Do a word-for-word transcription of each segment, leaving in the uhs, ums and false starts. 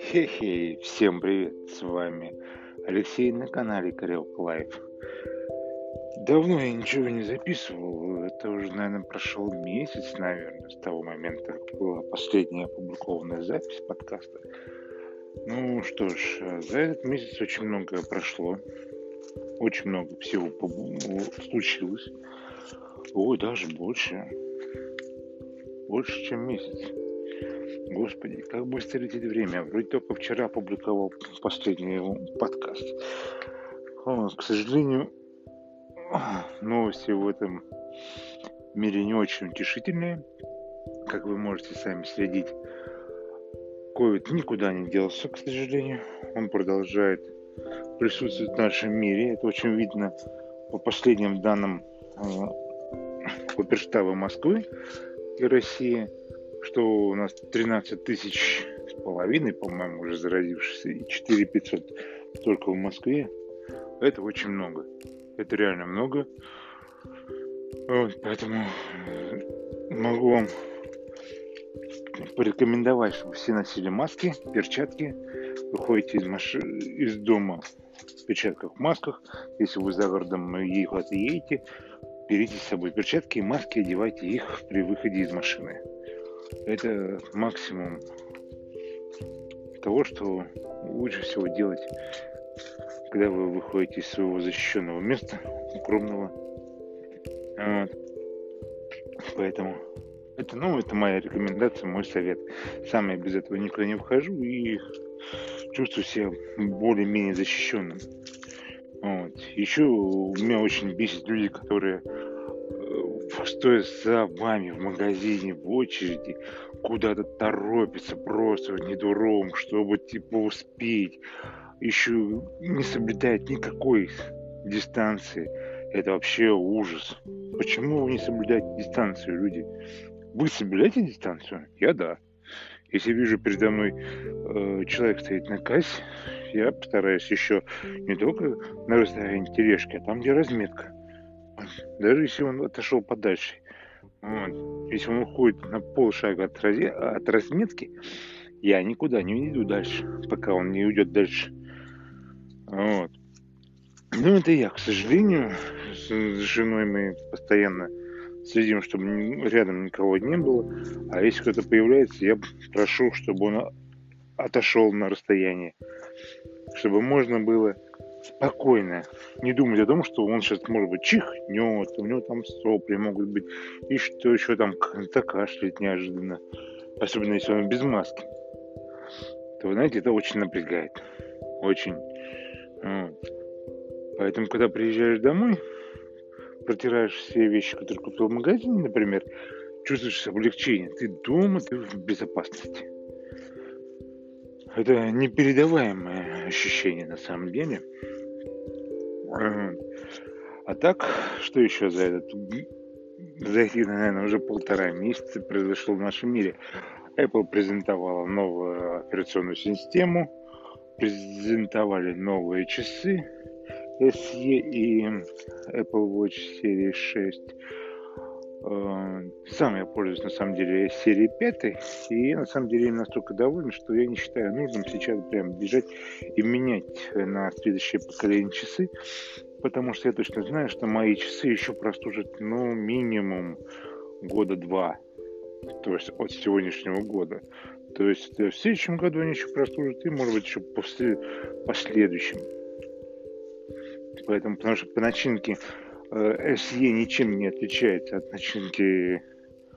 Хе-хей, всем привет, с вами Алексей на канале Карелка Лайф. Давно я ничего не записывал, это уже, наверное, прошел месяц, наверное, с того момента, как была последняя опубликованная запись подкаста. Ну что ж, э, за этот месяц очень многое прошло, очень много всего побу- случилось. Ой, даже больше, больше, чем месяц. Господи, как быстро летит время. Вроде только вчера опубликовал последний его подкаст. О, к сожалению, новости в этом мире не очень утешительные. Как вы можете сами следить, ковид никуда не делся, к сожалению. Он продолжает присутствовать в нашем мире. Это очень видно по последним данным Оперштаба Москвы и России, что у нас тринадцать тысяч с половиной, по-моему, уже заразившихся, и четыре тысячи пятьсот только в Москве. Это очень много. Это реально много. Вот, поэтому могу вам порекомендовать, чтобы все носили маски, перчатки, выходите из, маш... из дома в перчатках, в масках. Если вы за городом и куда-то едете, берите с собой перчатки и маски, одевайте их при выходе из машины. Это максимум того, что лучше всего делать, когда вы выходите из своего защищенного места, укромного. Вот. Поэтому это, ну, это моя рекомендация, мой совет. Сам я без этого никуда не вхожу и чувствую себя более-менее защищенным. Вот. Еще меня очень бесит люди, которые э, стоя за вами в магазине, в очереди, куда-то торопятся просто недуром, чтобы типа успеть. Еще не соблюдает никакой дистанции. Это вообще ужас. Почему вы не соблюдаете дистанцию, люди? Вы соблюдаете дистанцию? Я да. Если вижу передо мной э, человек стоит на кассе, я постараюсь еще не только на расстоянии тележки, а там, где разметка. Даже если он отошел подальше. Вот. Если он уходит на полшага от, разе... от разметки, я никуда не иду дальше, пока он не уйдет дальше. Вот. Ну, это я, к сожалению, с женой мы постоянно следим, чтобы рядом никого не было. А если кто-то появляется, я прошу, чтобы он отошел на расстояние. Чтобы можно было спокойно не думать о том, что он сейчас, может быть, чихнет, у него там сопли могут быть, и что еще там закашляет неожиданно. Особенно, если он без маски. То, вы знаете, это очень напрягает. Очень. Вот. Поэтому, когда приезжаешь домой, протираешь все вещи, которые купил в магазине, например, чувствуешь облегчение. Ты дома, ты в безопасности. Это непередаваемое ощущение на самом деле. А так, что еще за этот, за эти, наверное, уже полтора месяца произошло в нашем мире? Apple презентовала новую операционную систему, презентовали новые часы эс и и Apple Watch серии шесть. Сам я пользуюсь, на самом деле, серией пятой, и я, на самом деле, им настолько доволен, что я не считаю нужным сейчас прям бежать и менять на следующее поколение часы, потому что я точно знаю, что мои часы еще прослужат, ну, минимум года два, то есть от сегодняшнего года. То есть в следующем году они еще прослужат, и, может быть, еще после последующем. Поэтому, потому что по начинке э, эс и ничем не отличается от начинки э,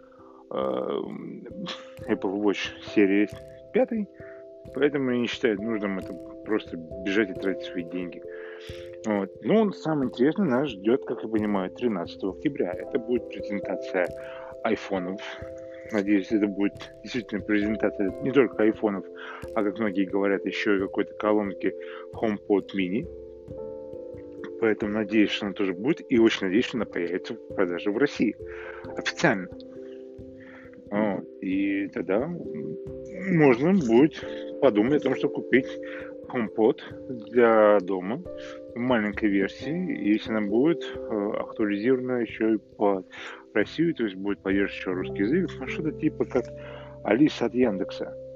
Apple Watch серии пятой, поэтому я не считаю нужным это просто бежать и тратить свои деньги. Вот. Ну, самое интересное нас ждет, как я понимаю, тринадцатого октября. Это будет презентация айфонов. Надеюсь, это будет действительно презентация не только айфонов, а, как многие говорят, еще и какой-то колонки HomePod mini. Поэтому надеюсь, что она тоже будет, и очень надеюсь, что она появится в продаже в России официально. Вот. И тогда можно будет подумать о том, что купить HomePod для дома в маленькой версии, если она будет э, актуализирована еще и по России, то есть будет поддерживать еще русский язык, ну, что-то типа как Алиса от Яндекса.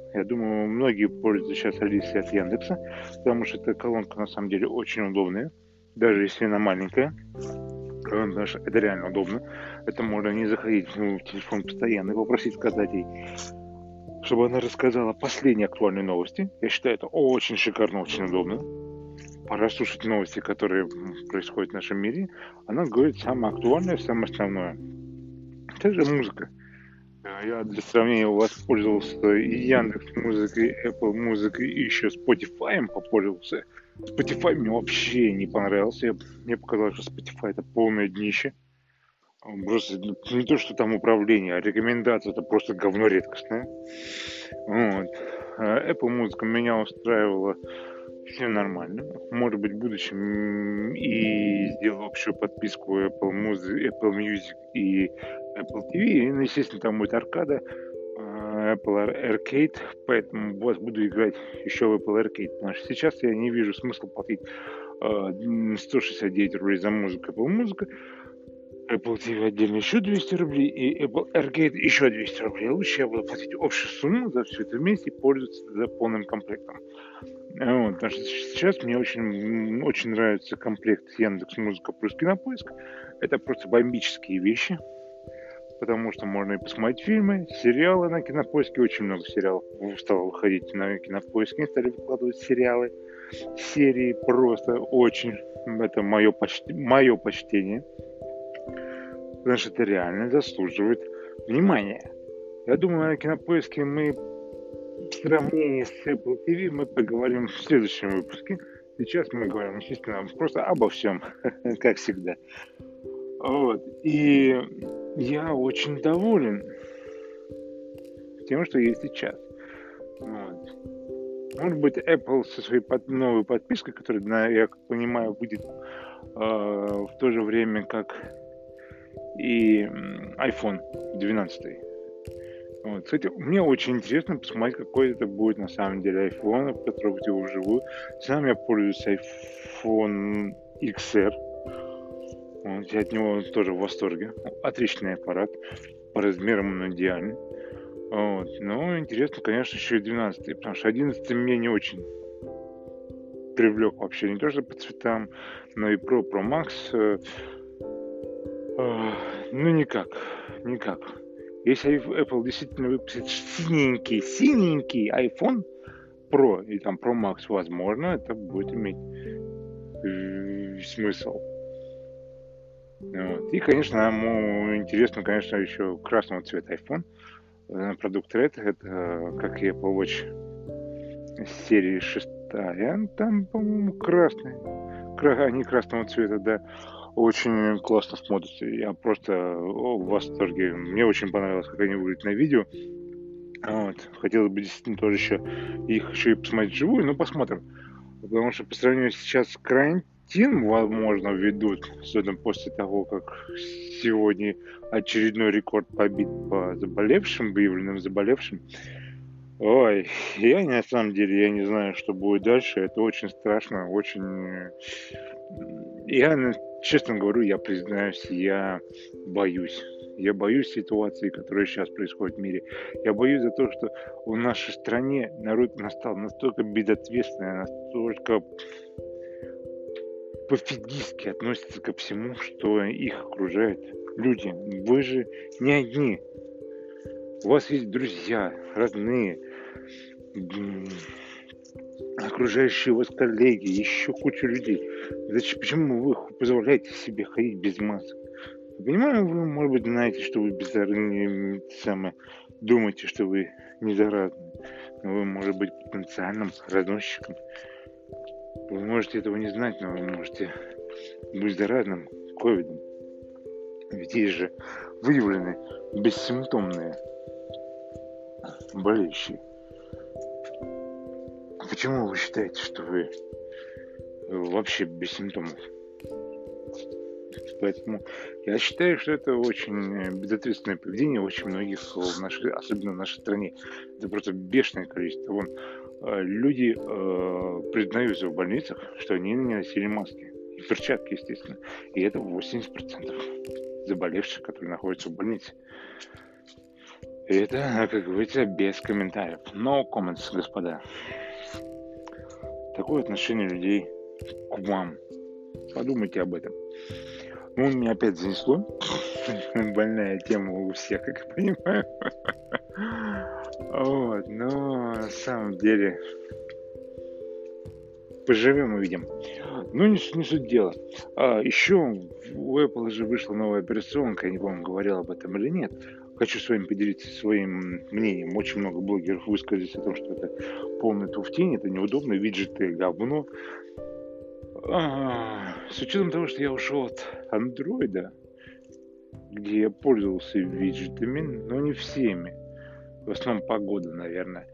Я думаю, многие пользуются сейчас Алисой от Яндекса, потому что эта колонка на самом деле очень удобная, даже если она маленькая. Потому что это реально удобно. Это можно не заходить в телефон постоянно и попросить сказать ей, чтобы она рассказала последние актуальные новости. Я считаю, это очень шикарно, очень удобно. Пора слушать новости, которые происходят в нашем мире. Она говорит самое актуальное, самое основное. Также музыка. Я для сравнения воспользовался и Яндекс музыкой, и Apple музыкой, и еще Spotify попользовался. Spotify мне вообще не понравился. Мне показалось, что Spotify это полное днище. Просто не то, что там управление, а рекомендация это просто говно редкостное. Вот. А Apple музыка меня устраивала, все нормально. Может быть, в будущем и сделаю общую подписку Apple Music, Apple Music и Apple ти ви. И, ну, естественно, там будет аркада, Apple Arcade, поэтому вас буду играть еще в Apple Arcade, потому что сейчас я не вижу смысла платить сто шестьдесят девять рублей за музыку Apple Music, Apple ти ви отдельно еще двести рублей и Apple Arcade еще двести рублей. Лучше я буду платить общую сумму за все это вместе и пользоваться за полным комплектом. Вот, потому что сейчас мне очень, очень нравится комплект Яндекс.Музыка плюс Кинопоиск. Это просто бомбические вещи, потому что можно и посмотреть фильмы, сериалы на Кинопоиске. Очень много сериалов стало выходить на Кинопоиске, стали выкладывать сериалы, серии просто очень. Это мое, почти, мое почтение, потому что это реально заслуживает внимания. Я думаю, на Кинопоиске мы в сравнении с Apple ти ви мы поговорим в следующем выпуске. Сейчас мы говорим, естественно, просто обо всем, как всегда. Вот. И я очень доволен тем, что есть сейчас. Вот. Может быть, Apple со своей под, новой подпиской, которая, я как понимаю, выйдет э, в то же время, как и iPhone двенадцать. Вот. Кстати, мне очень интересно посмотреть, какой это будет на самом деле iPhone, потрогать его вживую. Сам я пользуюсь iPhone икс ар. Вот, я от него тоже в восторге. Отличный аппарат. По размерам он идеальный. Вот. Но интересно, конечно, еще и двенадцатый, потому что одиннадцатый меня не очень привлек вообще. Не то, что по цветам, но и Pro, Pro Max. Э, э, ну, никак. Никак. Если Apple действительно выпустит синенький, синенький iPhone Pro и там Pro Max, возможно, это будет иметь э, смысл. Вот. И, конечно, ему интересно, конечно, еще красного цвета iPhone. Продукт Red, это как и Apple Watch серии шестая, там, по-моему, красный. Они красного цвета, да. Очень классно смотрится. Я просто в восторге. Мне очень понравилось, как они выглядят на видео. Вот. Хотелось бы действительно тоже еще их еще и посмотреть вживую, но посмотрим. Потому что по сравнению сейчас с карантин, возможно, введут, особенно после того, как сегодня очередной рекорд побит по заболевшим, выявленным заболевшим. Ой, я на самом деле, я не знаю, что будет дальше. Это очень страшно, очень... Я, честно говорю, я признаюсь, я боюсь. Я боюсь ситуации, которая сейчас происходит в мире. Я боюсь за то, что в нашей стране народ настал настолько безответственный, настолько пофигистски относится ко всему, что их окружает. Люди, вы же не одни. У вас есть друзья, родные, окружающие вас коллеги, еще куча людей. Зачем, почему вы позволяете себе ходить без масок? Понимаю, вы, может быть, знаете, что вы беззаразны, самое, думаете, что вы не заразны, но вы, может быть, потенциальным разносчиком. Вы можете этого не знать, но вы можете быть заразным ковидом. Ведь есть же выявлены бессимптомные болеющие. Почему вы считаете, что вы вообще без симптомов? Поэтому я считаю, что это очень безответственное поведение очень многих, в нашей, особенно в нашей стране. Это просто бешеное количество. Вон, люди э, признаются в больницах, что они не носили маски. И перчатки, естественно. И это восемьдесят процентов заболевших, которые находятся в больнице. Это, как говорится, без комментариев. No comments, господа. Такое отношение людей к вам. Подумайте об этом. Ну, меня опять занесло. Больная тема у всех, как я понимаю. Вот, но на самом деле поживем увидим. Ну, не, не суть дела. А, еще у Apple же вышла новая операционка, я не помню, говорил об этом или нет. Хочу с вами поделиться своим мнением. Очень много блогеров высказались о том, что это полный туфтень, это неудобно, виджеты говно. А, с учетом того, что я ушел от андроида, где я пользовался виджетами, но не всеми. В основном погода, наверное.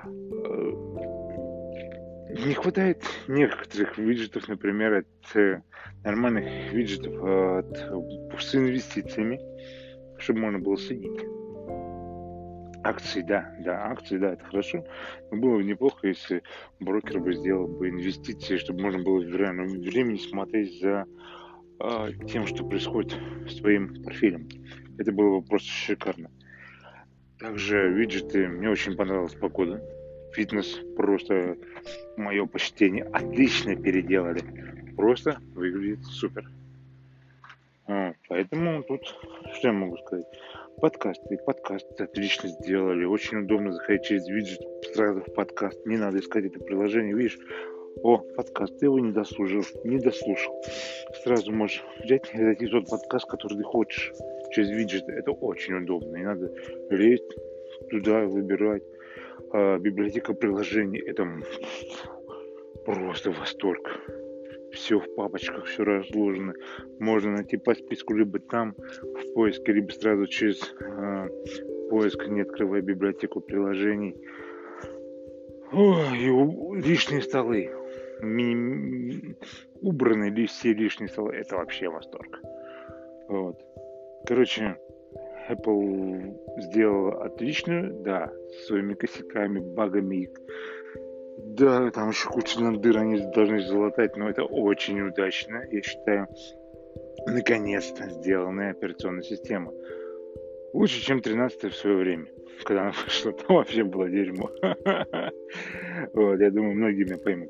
Не хватает некоторых виджетов, например, от э, нормальных виджетов от, с инвестициями, чтобы можно было следить. Акции, да, да, акции, да, это хорошо. Но было бы неплохо, если брокер бы сделал бы инвестиции, чтобы можно было в реальном времени смотреть за э, тем, что происходит с твоим портфелем. Это было бы просто шикарно. Также виджеты, мне очень понравилась погода. Фитнес просто мое почтение. Отлично переделали. Просто выглядит супер. А, поэтому тут, что я могу сказать? Подкасты. Подкасты отлично сделали. Очень удобно заходить через виджет сразу в подкаст. Не надо искать это приложение. Видишь, о, подкаст, ты его не дослушал, не дослушал. Сразу можешь взять и зайти в тот подкаст, который ты хочешь через виджет. Это очень удобно. Не надо лезть туда, выбирать. А, библиотека приложений. Это просто восторг. Все в папочках, все разложено. Можно найти по списку либо там в поиске, либо сразу через э, поиск, не открывая библиотеку приложений. Ой, и у- лишние столы. Ми- убраны ли все лишние столы. Это вообще восторг. Вот. Короче, Apple сделала отличную, да, с своими косяками, багами. Да, там еще куча дыр они должны залатать, но это очень удачно, я считаю, наконец-то сделанная операционная система. Лучше, чем тринадцатая в свое время, когда она вышла, там вообще было дерьмо. Вот, я думаю, многие меня поймут.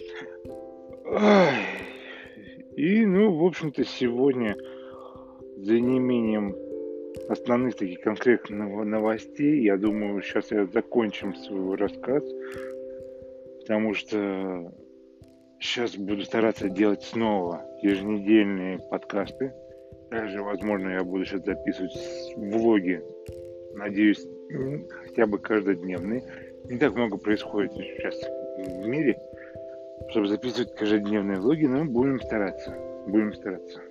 И, ну, в общем-то, сегодня за неимением основных таких конкретных новостей, я думаю, сейчас я закончим свой рассказ, потому что сейчас буду стараться делать снова еженедельные подкасты. Также, возможно, я буду сейчас записывать влоги. Надеюсь, хотя бы каждодневные. Не так много происходит сейчас в мире, чтобы записывать каждодневные влоги, но будем стараться. Будем стараться.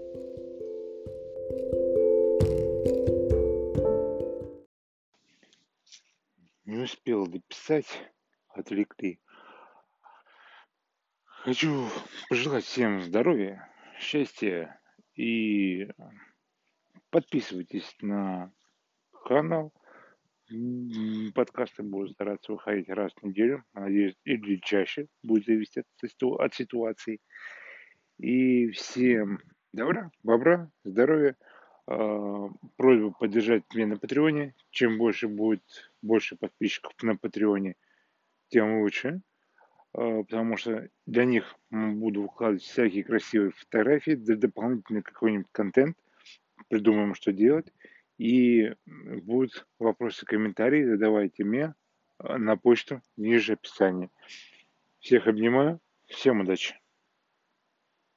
Не успел дописать, отвлекли. Хочу пожелать всем здоровья, счастья и подписывайтесь на канал. Подкасты буду стараться выходить раз в неделю, надеюсь, или чаще, будет зависеть от, от ситуации. И всем добра, бобра, здоровья. Э, просьба поддержать меня на Патреоне. Чем больше будет больше подписчиков на Патреоне, тем лучше. Э, потому что для них буду выкладывать всякие красивые фотографии, дополнительный какой-нибудь контент. Придумаем, что делать. И будут вопросы, комментарии, задавайте мне на почту ниже описания. Всех обнимаю, всем удачи!